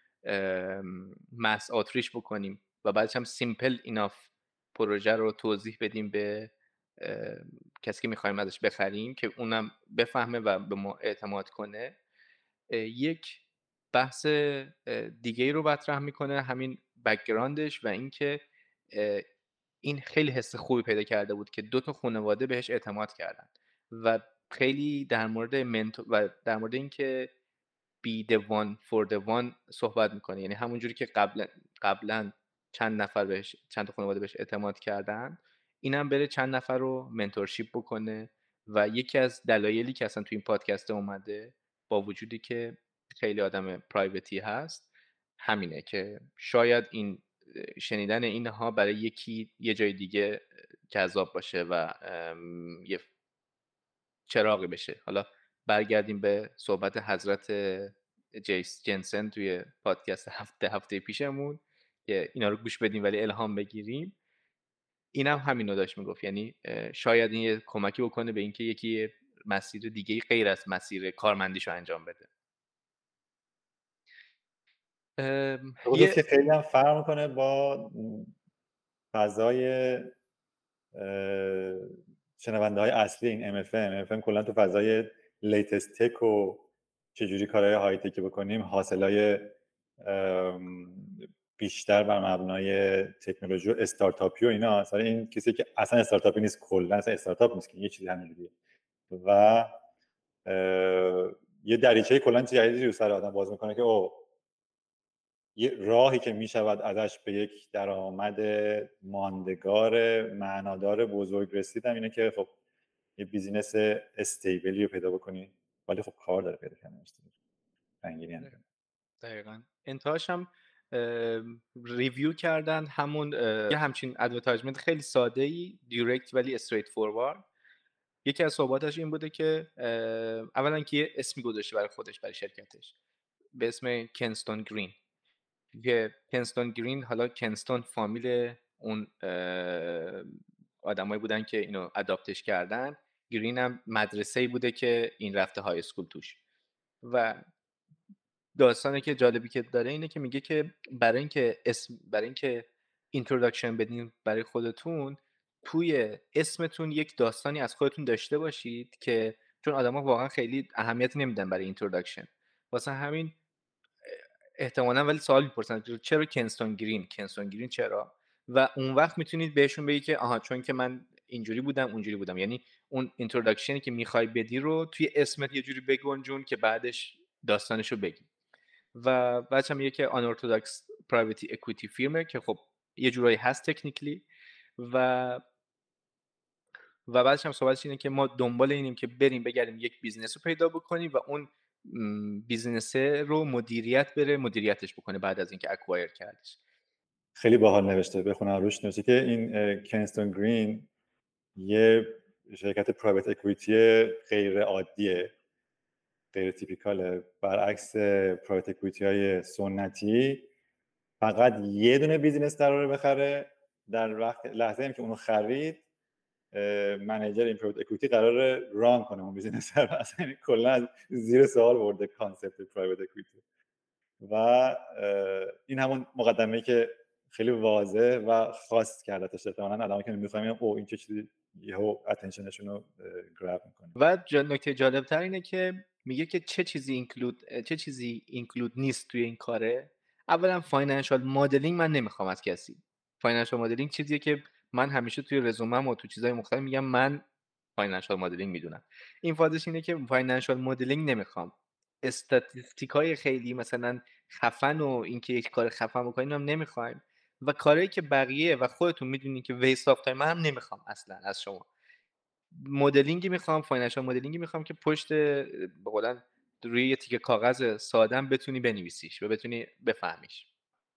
مس آتریش بکنیم و بعدش هم سیمپل ایناف پروژه رو توضیح بدیم به کسی که میخوایم ازش بخریم که اونم بفهمه و به ما اعتماد کنه. یک بحث دیگه رو مطرح میکنه، همین بک‌گراندش و اینکه این خیلی حس خوبی پیدا کرده بود که دو تا خانواده بهش اعتماد کردن و خیلی در مورد منتو و در مورد اینکه be the one for the one صحبت میکنه. یعنی همون جوری که قبلا قبلا چند نفر بهش چند تا خانواده بهش اعتماد کردن، اینم بره چند نفر رو منتورشیپ بکنه. و یکی از دلایلی که اصلا تو این پادکست اومده، با وجودی که خیلی آدم پرایوتی هست، همینه که شاید این شنیدن اینها برای یکی یه جای دیگه جذاب باشه و یه چراغی بشه. حالا برگردیم به صحبت حضرت جیس جنسن توی پادکست هفته هفته پیشمون که اینا رو گوش بدیم ولی الهام بگیریم. اینم هم همینو داشت میگفت، یعنی شاید این یه کمکی بکنه به اینکه یکی مسیر دیگه غیر از مسیر کارمندیشو انجام بده. یه که خیلی هم فرق میکنه با فضای شنونده های اصلی این ام اف ام. ام اف ام کلا تو فضای لیتست تک و چجوری کارهای های تکی بکنیم، حاصلای بیشتر بر مبنای تکنولوژی و استارتاپی و اینا. اصلا این کسی که اصلا استارتاپی نیست، کلا اصلا استارتاپ نیست که یه چیزی همینجوریه و یه دریچه کلا جدیدی رو سر آدم باز میکنه که او یه راهی که میشود ازش به یک درآمد ماندگار معنادار بزرگ رسیدم اینه که خب یه بیزینس استیبلی رو پیدا بکنی، ولی خب کار داره پیدا کردن رنگینی انجام. دقیقاً انتهاش هم ریویو کردن همون یه همچین ادورتایزمنت خیلی ساده ای، دایرکت ولی استریت فوروارد. یکی از صحبتاش این بوده که اولا که یه اسمی گذاشته برای خودش، برای شرکتش، به اسم کنستون گرین. که کنستون گرین، حالا کنستون فامیل اون آدمایی بودن که اینو اداپتش کردن، گرین هم مدرسه‌ای بوده که این رفته های اسکول توش. و داستانی که جالبی که داره اینه که میگه که برای اینکه اسم برای اینکه اینتروداکشن بدین برای خودتون، توی اسمتون یک داستانی از خودتون داشته باشید که چون آدما واقعا خیلی اهمیت نمیدن برای اینتروداکشن، واسه همین احتمالاً ولی سوال میپرسن چرا کنستون گرین؟ کنستون گرین چرا؟ و اون وقت میتونید بهشون بگی که آها چون که من اینجوری بودم اونجوری بودم، یعنی اون اینتروداکشنی که میخوای بدی رو توی اسمت یه جوری بگنجون که بعدش داستانشو بگی. و بعدش هم میگه که unorthodox private equity firm که خب یه جورایی هست تکنیکلی. و و بعدش هم صحبتش اینه که ما دنبال اینیم که بریم بگردیم یک بیزنس رو پیدا بکنیم و اون م، بیزنس رو مدیریت بره مدیریتش بکنه بعد از اینکه اکوایر کردش. خیلی باحال نوشته، بخونم روش. نوشته که این کنستون گرین یه شرکت پرایوت اکویتی غیر عادیه، غیر تیپیکاله، برعکس پرایوت اکویتی های سنتی فقط یه دونه بیزینس قراره بخره. در وقت لحظه هم که اونو خرید منیجر این پرایوت اکویتی قراره ران کنه اون بیزینس رو. اصلا کلا زیر سوال برده کانسپت پرایوت اکویتی. و این همون مقدمه‌ای که خیلی واضح و خاص کردتش احتمالاً آدمایی که می‌فهمن او این چه چیزی یهو اتنشنشون رو گراب میکنه. و جا نکته جالبتر اینه که میگه که چه چیزی اینکلود چه چیزی اینکلود نیست توی این کاره. اولا فاینانشال مدلینگ من نمیخوام از کسی. فاینانشال مدلینگ چیزیه که من همیشه توی رزومم و تو چیزای مختلف میگم من فاینانشال مدلینگ میدونم. این فازش اینه که فاینانشال مدلینگ نمیخوام. استاتستیکای خیلی مثلا خفن و اینکه یک کار خفن بکنیم هم نمیخوایم و کاری که بقیه و خودتون میدونین که ویست اف تایم هم نمیخوام اصلا از شما. مدلینگی میخوام، فاینانشال مدلینگی میخوام که پشت به قولن روی یه تیکه کاغذ ساده‌ام بتونی بنویسیش و بتونی بفهمیش.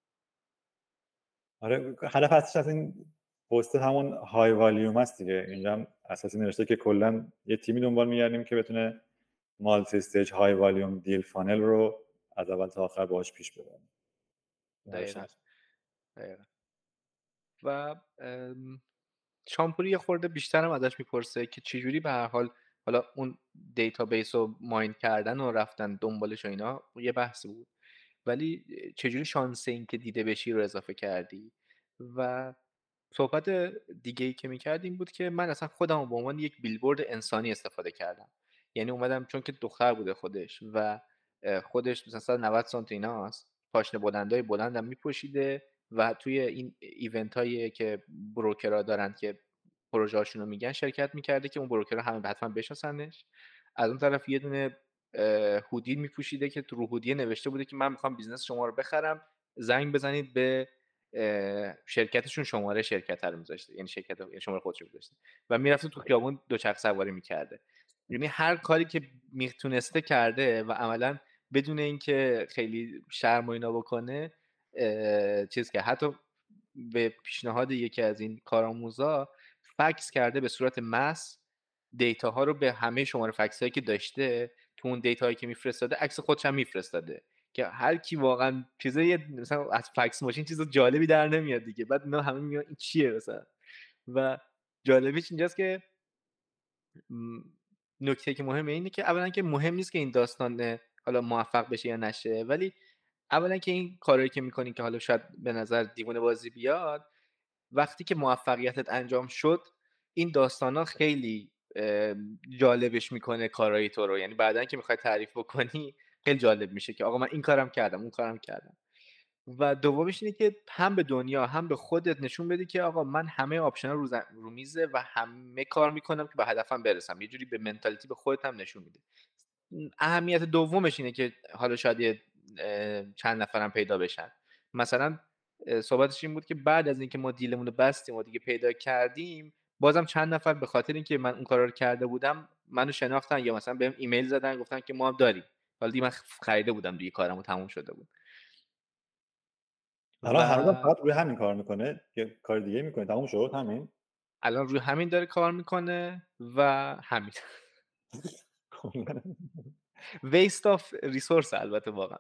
آره هدف اصلیش از این پست همون های والیوم است دیگه. اینجا هم اساسی نوشته که کلا یه تیمی دنبال می‌گردیم که بتونه مالتی استیج های والیوم دیل فانل رو از اول تا آخر باهاش پیش ببریم. دقیقاً. دقیقاً. و شامپوری یه خورده بیشترم ازش میپرسه که چجوری به هر حال حالا اون دیتابیس رو ماین کردن و رفتن دنبالش و اینا یه بحث بود، ولی چجوری شانس این که دیده بشی رو اضافه کردی. و صحبت دیگه ای که میکردیم بود که من اصلا خودم رو به عنوان یک بیلبورد انسانی استفاده کردم. یعنی اومدم چون که دختر بوده خودش و خودش مثلا صد و نود سانتی ایناست، پاشنه بلندای بلندم میپوشیده و توی این ایونت هایی که بروکرها دارن که پروژه هاشون رو میگن شرکت میکرده که اون بروکرها همه حتما بشناسنش. از اون طرف یه دونه هودی میپوشیده که تو رو هودیه نوشته بوده که من میخوام بیزنس شما رو بخرم، زنگ بزنید به شرکتشون، شماره شرکت رو میذاشته، یعنی شرکت یعنی شماره خودش رو میذاشته و میرفته تو خیابون دوچرخه سواری میکرده. یعنی هر کاری که میتونسته کرده و عملا بدون اینکه خیلی شرم و اینا بکنه چیز که حتی به پیشنهاد یکی از این کارآموزا فکس کرده به صورت مس دیتا ها رو به همه شماره فکس هایی که داشته تو اون دیتا هایی که میفرستاده عکس خودش هم میفرستاده که هر کی واقعا چیزای مثلا از فکس ماشین چیز جالبی در نمیاد دیگه. بعد اینا همه میگن این چیه مثلا. و جالبیش اینجاست که نکته که مهمه اینه که اولا که مهم نیست که این داستان حالا موفق بشه یا نشه، ولی اولا که این کارهایی که میکنی که حالا شاید به نظر دیوونه بازی بیاد، وقتی که موفقیتت انجام شد این داستانا خیلی جالبش میکنه کارهای تو رو. یعنی بعدن که میخوای تعریف بکنی خیلی جالب میشه که آقا من این کارم کردم اون کارم کردم. و دومش اینه که هم به دنیا هم به خودت نشون بدی که آقا من همه آپشن‌ها رو, زم... رو میزه و همه کار میکنم که به هدفم برسم. یه جوری به منتالیتی به خودت هم نشون میده. اهمیت دومش اینه که حالا شاید یه چند نفرم پیدا بشن. مثلا صحبتش این بود که بعد از اینکه ما دیلمون رو بستیم و دیگه پیدا کردیم بازم چند نفر به خاطر اینکه من اون کارا رو کرده بودم منو شناختن یا مثلا بهم ایمیل زدن گفتن که ما هم داریم، حالا دیگه من خریده بودم دیگه کارمو تموم شده بود. الان و هنوزم فقط روی همین کار میکنه که کار دیگه میکنه تموم شد همین؟ الان روی همین داره کار میکنه و همین waste of resource البته واقعا.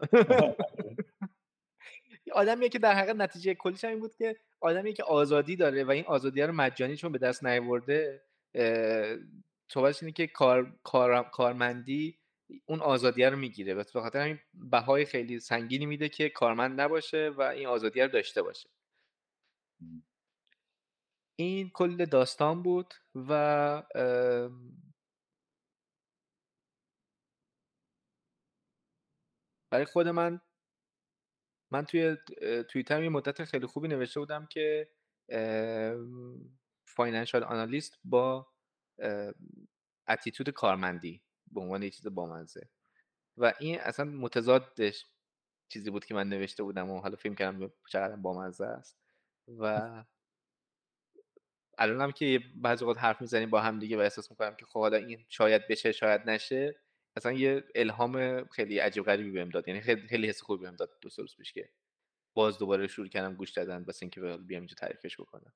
آدمیه که در حقیقت نتیجه کلیش هم این بود که آدمیه که آزادی داره و این آزادی رو مجانی چون به دست نیاورده صحبتش اینه که کار کار کارمندی اون آزادی رو میگیره و به خاطر همین بهای خیلی سنگینی میده که کارمند نباشه و این آزادی رو داشته باشه. این کل داستان بود و برای خود من من توی توییترم یه مدت خیلی خوبی نوشته بودم که فاینانشال آنالیست با اتیتود کارمندی به عنوان یه چیز بامزه و این اصلا متضادش چیزی بود که من نوشته بودم و حالا فیلم کردم چقدر بامزه است. و الانم که بعضی وقت حرف میزنیم با هم دیگه و احساس میکنم که خب حالا این شاید بشه شاید نشه، اصلا یه الهام خیلی عجیب غریبی بهم داد، یعنی خیلی خیلی حس خوبی بهم داد دو سه روز پیش که باز دوباره شروع کردم گوش دادن واسه اینکه بیام اینجا تعریفش بکنم.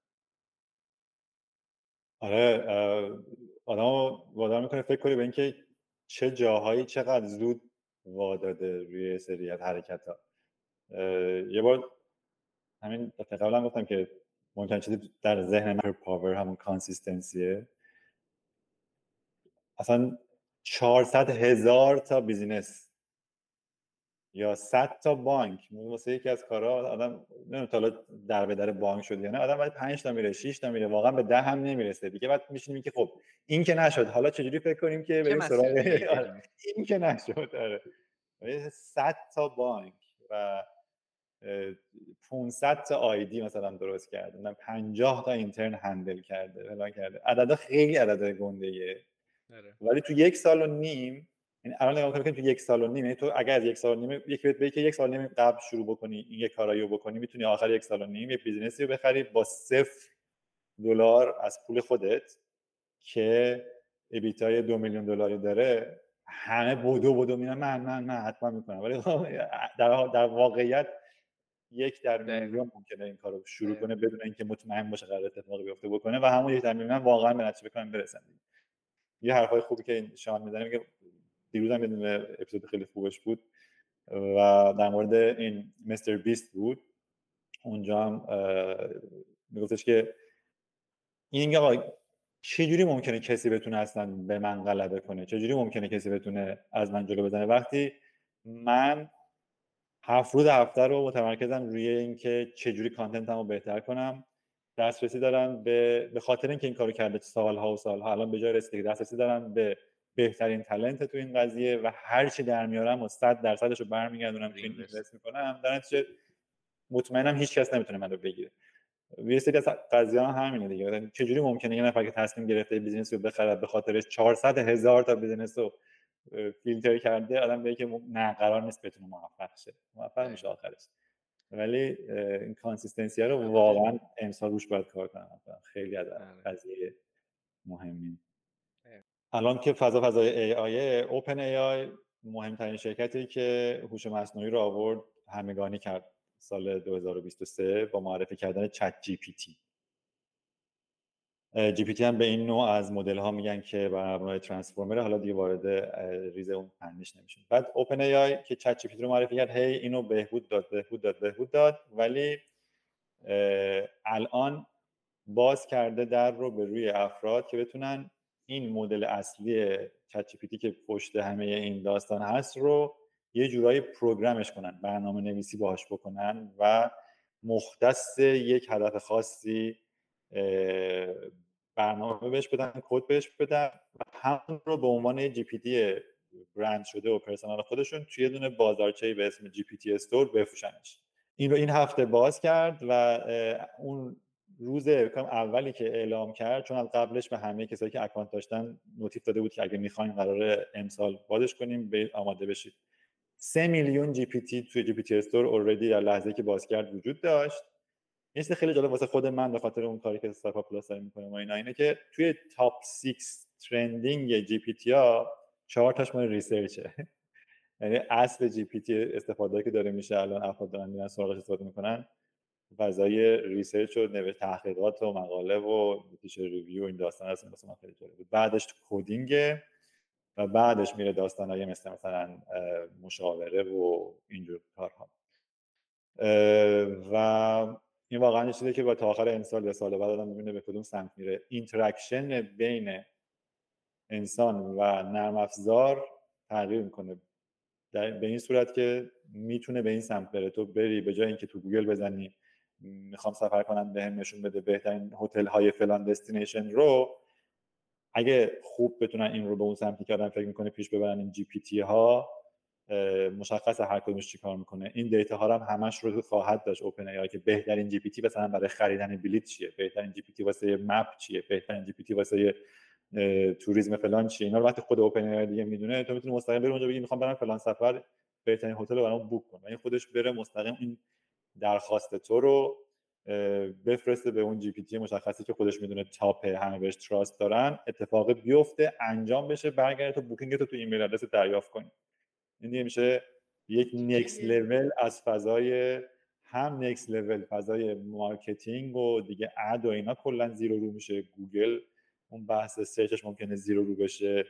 آره آدم وادار میکنه فکر کنی به اینکه چه جاهایی چقدر زود واداده روی سری از حرکت ها. یه بار همین قبلا گفتم که ممکن چیزی در ذهن من پاور همون کانسیستنسیه. اصلا چهارصد هزار تا بیزینس یا صد تا بانک واسه یکی از کارا آدم نمیدونم تا حالا در به در بانک شد یا نه، آدم بعد پنج تا میره شش تا میره واقعا به ده هم نمیرسه دیگه. بعد میشینیم که خب این که نشد حالا چجوری فکر کنیم که بریم سراغ این که نشد. آره صد تا بانک و پانصد تا آیدی مثلا درست کرده، من پنجاه تا اینترن هندل کرده فلان کرده. عددا خیلی عدد گنده‌ایه ولی تو یک سال و نیم، این الان نگاه کنید تو یک سال و نیم، یعنی تو اگر از یک سال و نیم یک بهت بگه که یک سال و نیم قبل شروع بکنی این یک کارایو بکنی میتونی آخر یک سال و نیم یک بیزینسی رو بخری با صفر دلار از پول خودت که ابیتای دو میلیون دلاری داره. همه بودو بودو میرن من من من حتما میکنم، ولی در در واقعیت یک در میلیون ممکنه این کارو شروع کنه بدون اینکه مطمئن باشه قرار اتفاقی بیفته بکنه و همون یک در میلیون واقعا به نتیجه بکنن برسن. یه حرفای خوبی که شان میزنه میگه، دیروزم یه دونه اپیزود خیلی خوبش بود و در مورد این مستر بیست بود. اونجا هم میگفتش که این آقا چجوری ممکنه کسی بتونه اصلا به من غلبه کنه، چجوری ممکنه کسی بتونه از من جلو بزنه وقتی من هفت روز هفته رو متمرکزم روی اینکه چجوری کانتنتمو بهتر کنم. دسترسی دارم به به خاطر اینکه این کارو کرده سالها و سالها، الان به جای رسیدگی دسترسی دارم به بهترین تالنت تو این قضیه و هر چی در میارم و صد درصدش رو برمیگردونم تو این اینوست میکنم. در نتیجه مطمئنم هیچ کس نمیتونه من رو بگیره. یه سری از قضیه‌ها همینه دیگه. چجوری ممکنه یه نفر که تصمیم گرفته بیزینس رو بخره به خاطرش چهارصد هزار تا بیزینس رو فیلتر کرده آدم بگه که نه قرار نیست بتونه موفق شه. موفق میشه آخرش. ولی این کانسیستنسی رو واقعا امسال روش باید کار کنم. خیلی از قضیه مهمی. الان که فضا فضای ای آی، اوپن ای آی مهمترین شرکتی که هوش مصنوعی رو آورد همگانی کرد سال دو هزار و بیست و سه با معرفی کردن چت جی پی تی. جی پی تی هم به این نوع از مدل ها میگن که بر مبنای ترانسفورمر، حالا دیگه وارد ریز اون فنیش نمیشیم. بعد اوپن ای آی که چت جی پی تی رو معرفی کرد هی اینو بهبود داد بهبود داد بهبود داد ولی الان باز کرده در رو به روی افراد که بتونن این مدل اصلی چت جی پی تی که پشت همه این داستان هست رو یه جورایی پروگرامش کنن، برنامه نویسی باهاش بکنن و مختص یک هدف خاصی برنامه بهش بدن، کد بهش بدن و همون رو به عنوان جی پی تی برند شده و پرسونال خودشون توی یه دونه بازارچه‌ای به اسم جی پی تی استور بفروشنش. این رو این هفته باز کرد و اون روز اولی که اعلام کرد، چون از قبلش به همه کسایی که اکانت داشتن نوتیف داده بود که اگه میخواین قراره امسال بازش کنیم به آماده بشید. سه میلیون جی پی تی توی جی پی تی استور اوردی در لحظه‌ای که باز کرد وجود داشت. یه چیز خیلی جالب واسه خود من به خاطر اون کاری که استارتاپ پلاس داره میکنه و اینا اینه که توی تاپ شش ترندینگ جی پی تی ها چهار تاش مال ریسرچه. یعنی اصل جی پی تی استفاده که داره میشه الان افراد دارن میرن سراغش استفاده میکنن فضای ریسرچ و نوشت تحقیقات و مقاله و تیچر ریویو این داستان هست. مثلا من خیلی جالب بود. بعدش کدینگ و بعدش میره داستانای مثل مثلا مشاوره و اینجور کارها. و این واقعا یه چیزی که با تا آخر امسال یا سال بعد آدم میبینه به کدوم سمت میره. اینتراکشن بین انسان و نرم افزار تغییر میکنه در به این صورت که میتونه به این سمت بره. تو بری به جای اینکه تو گوگل بزنی میخوام سفر کنم بهم نشون بده بهترین هتل های فلان دستینیشن رو، اگه خوب بتونن این رو به اون سمتی که آدم فکر میکنه پیش ببرن این جی پی تی ها، مشخص هر کدومش چیکار میکنه. این دیتا ها هم همش رو خواهد داشت اوپن ای آی که بهترین جی پی تی مثلا برای خریدن بلیط چیه، بهترین جی پی تی واسه مپ چیه، بهترین جی پی تی واسه توریسم فلان چیه. اینا رو وقتی خود اوپن ای آی دیگه میدونه، تو میتونی مستقیم بری اونجا بگی میخوام برم فلان سفر، بهترین هتل رو برام بوک کن و این خودش بره مستقیم این درخواست تو رو بفرسته به اون جی پی تی مشخصی که خودش میدونه تاپ همه بهش تراست دارن، اتفاق بیفته، انجام بشه، برگرده تو بوکینگ تو تو ایمیل آدرس دریافت کنی. این دیگه میشه یک نکست لول از فضای هم نکست لول فضای مارکتینگ و دیگه اد و اینا کلا زیرو رو میشه. گوگل اون بحث سرچش ممکنه زیرو رو بشه.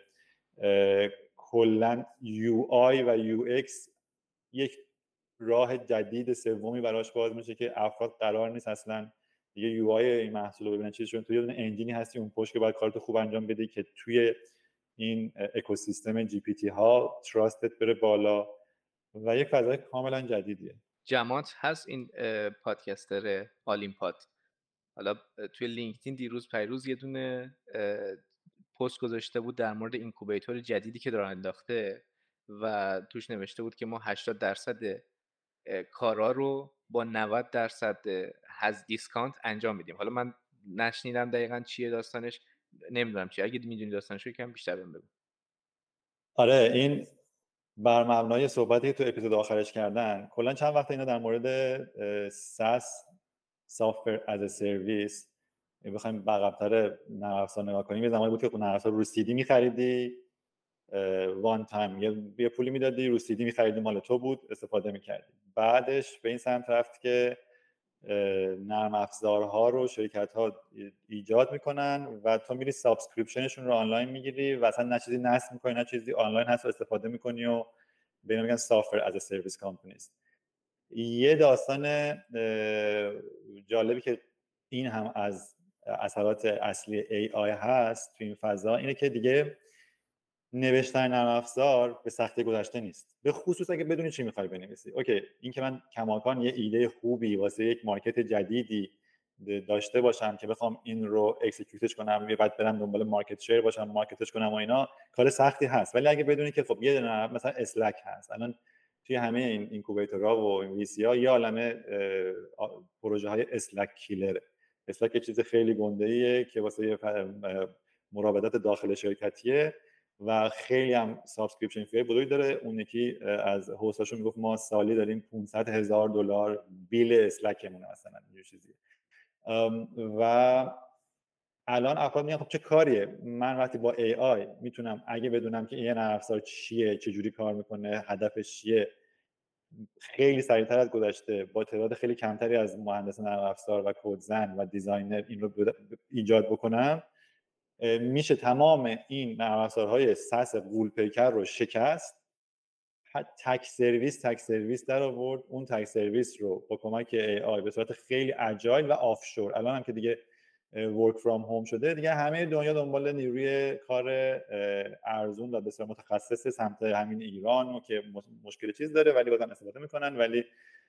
کلا یو آی و یو ایکس یک راه جدید سومی براش باز میشه که افراد قرار نیست اصلا دیگه یو آی این محصول رو ببینن چیزی، چون تو یه دونه انجینی هستی اون پشت که باید کارتو خوب انجام بدی که توی این اکوسیستم جی پی تی ها تراستت بره بالا و یک فضای کاملا جدیدیه. جماعت هست این پادکستر آلین پاد. حالا توی لینکدین دیروز پیروز یه دونه پست گذاشته بود در مورد اینکوبیتور جدیدی که دارن انداخته و توش نوشته بود که ما هشتاد درصد کارا رو با نود درصد هز دیسکانت انجام میدیم. حالا من نشنیدم دقیقاً چیه داستانش، نمیدونم چیه، اگه میدونی داستانش رو یکم بیشتر بهم بگو. آره، این بر مبنای صحبتی که تو اپیزود آخرش کردن، کلا چند وقت اینا در مورد ساس سافر از ا سرویس بخوایم عقب‌تر نرم افزار نگاه کنیم، یه زمانی بود که نرم افزار رو سی دی می‌خریدی، وان تایم یه, یه پولی میدادی، رو سی دی می‌خریدی، مال تو بود، استفاده می‌کردی. بعدش به این سمت رفت که نرم افزارها رو شرکت‌ها ایجاد میکنن و تو میری سابسکریپشنشون رو آنلاین میگیری و اصلا نه چیزی نصب میکنی نه چیزی آنلاین هست و استفاده میکنی و به اینا میگن سافر از ا سرویس کامپنیز. یه داستان جالبی که این هم از اثرات اصلی ای آی هست تو این فضا اینه که دیگه نوشتن نرم افزار به سختی گذشته نیست، به خصوص اگه بدونی چی میخوای بنویسی. اوکی، این که من کماکان یه ایده خوبی واسه یک مارکت جدیدی داشته باشم که بخوام این رو اکسیکیوتش کنم و بعد برم دنبال مارکت شیر باشم مارکتش کنم و اینا، کار سختی هست. ولی اگه بدونی که خب یه دونه مثلا اسلک هست، الان توی همه این اینکوبیتورها و این وی سی ها یه عالمه پروژه های اسلک کیلره. اسلک یه چیز خیلی گنده‌ایه که واسه مراودات داخل شرکتیه و خیلی هم سابسکریپشن فی بزرگ داره. اون یکی از هاستاشون میگفت ما سالی داریم پانصد هزار دلار بیل اسلکمونه مثلا، اینجور چیزیه. و الان افراد میگن خب چه کاریه، من وقتی با ای آی میتونم اگه بدونم که این نرم افزار چیه، چه جوری کار میکنه، هدفش چیه، خیلی سریعتر از گذشته با تعداد خیلی کمتری از مهندس نرم افزار و کدزن و دیزاینر این رو ایجاد بکنم، میشه تمام این نرم افزارهای ساس غول پیکر رو شکست، تک سرویس تک سرویس در آورد، اون تک سرویس رو با کمک ای آی به صورت خیلی اجایل و آفشور، الان هم که دیگه ورک فرام هوم شده، دیگه همه دنیا دنبال نیروی کار ارزون و بسیار متخصص سمت همین ایران و که مشکل چیز داره ولی بازم استفاده میکنن. ولی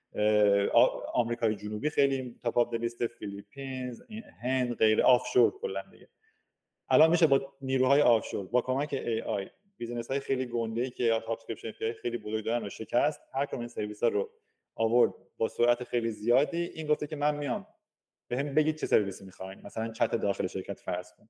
آمریکای جنوبی خیلی تاپ اف لیست، فیلیپینز، هند، غیر آفشور کلا دیگه. الان میشه با نیروهای آفشور با کمک ای آی بیزنس های خیلی گنده‌ای که سابسکریپشن فی خیلی بزرگ دارن رو شکست، هر کدوم این سرویس ها رو آورد با سرعت خیلی زیادی. این گفته که من میام بهم بگید چه سرویسی میخواین، مثلا چت داخل شرکت فرض کن،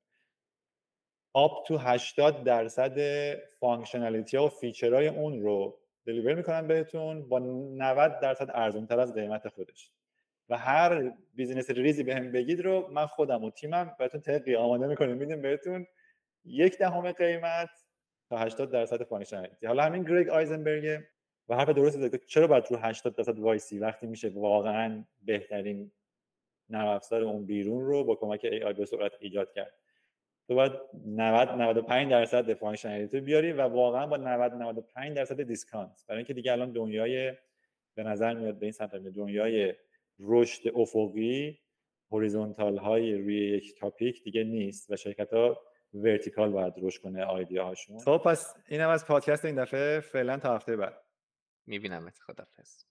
آپ تو هشتاد درصد فانکشنالیتی ها و فیچرهای اون رو دلیور میکنن بهتون با نود درصد ارزون تر از قیمت خودش و هر بیزینس ریزی بهم بگید رو من خودم و تیمم بهتون تقی آماده میکنیم میدیم بهتون یک دهم قیمت تا هشتاد درصد فانکشنالیتی. حالا همین گریگ آیزنبرگ و حرف درستی داره که چرا باید رو هشتاد درصد وایسی وقتی میشه واقعا بهترین نرم افزار اون بیرون رو با کمک ای آی به سرعت ایجاد کرد. تو باید نود نود و پنج درصد فانکشنالیتی بیاری و واقعا با نود نود و پنج درصد دیسکانت، برای اینکه دیگه الان دنیای به نظر میاد به این سمت دنیای رشد افقی هوریزونتال های روی یک تاپیک دیگه نیست و شرکت ها ورتیکال باید رشد کنه ایده هاشون. خب پس اینم از پادکست این دفعه، فعلا تا هفته بعد میبینمت. خدافظ.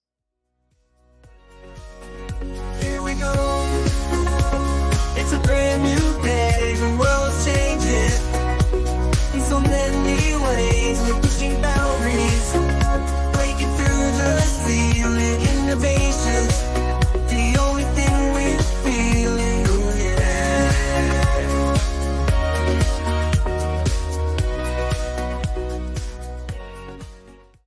Here we go. It's a brand new day. The world's changing in so many ways.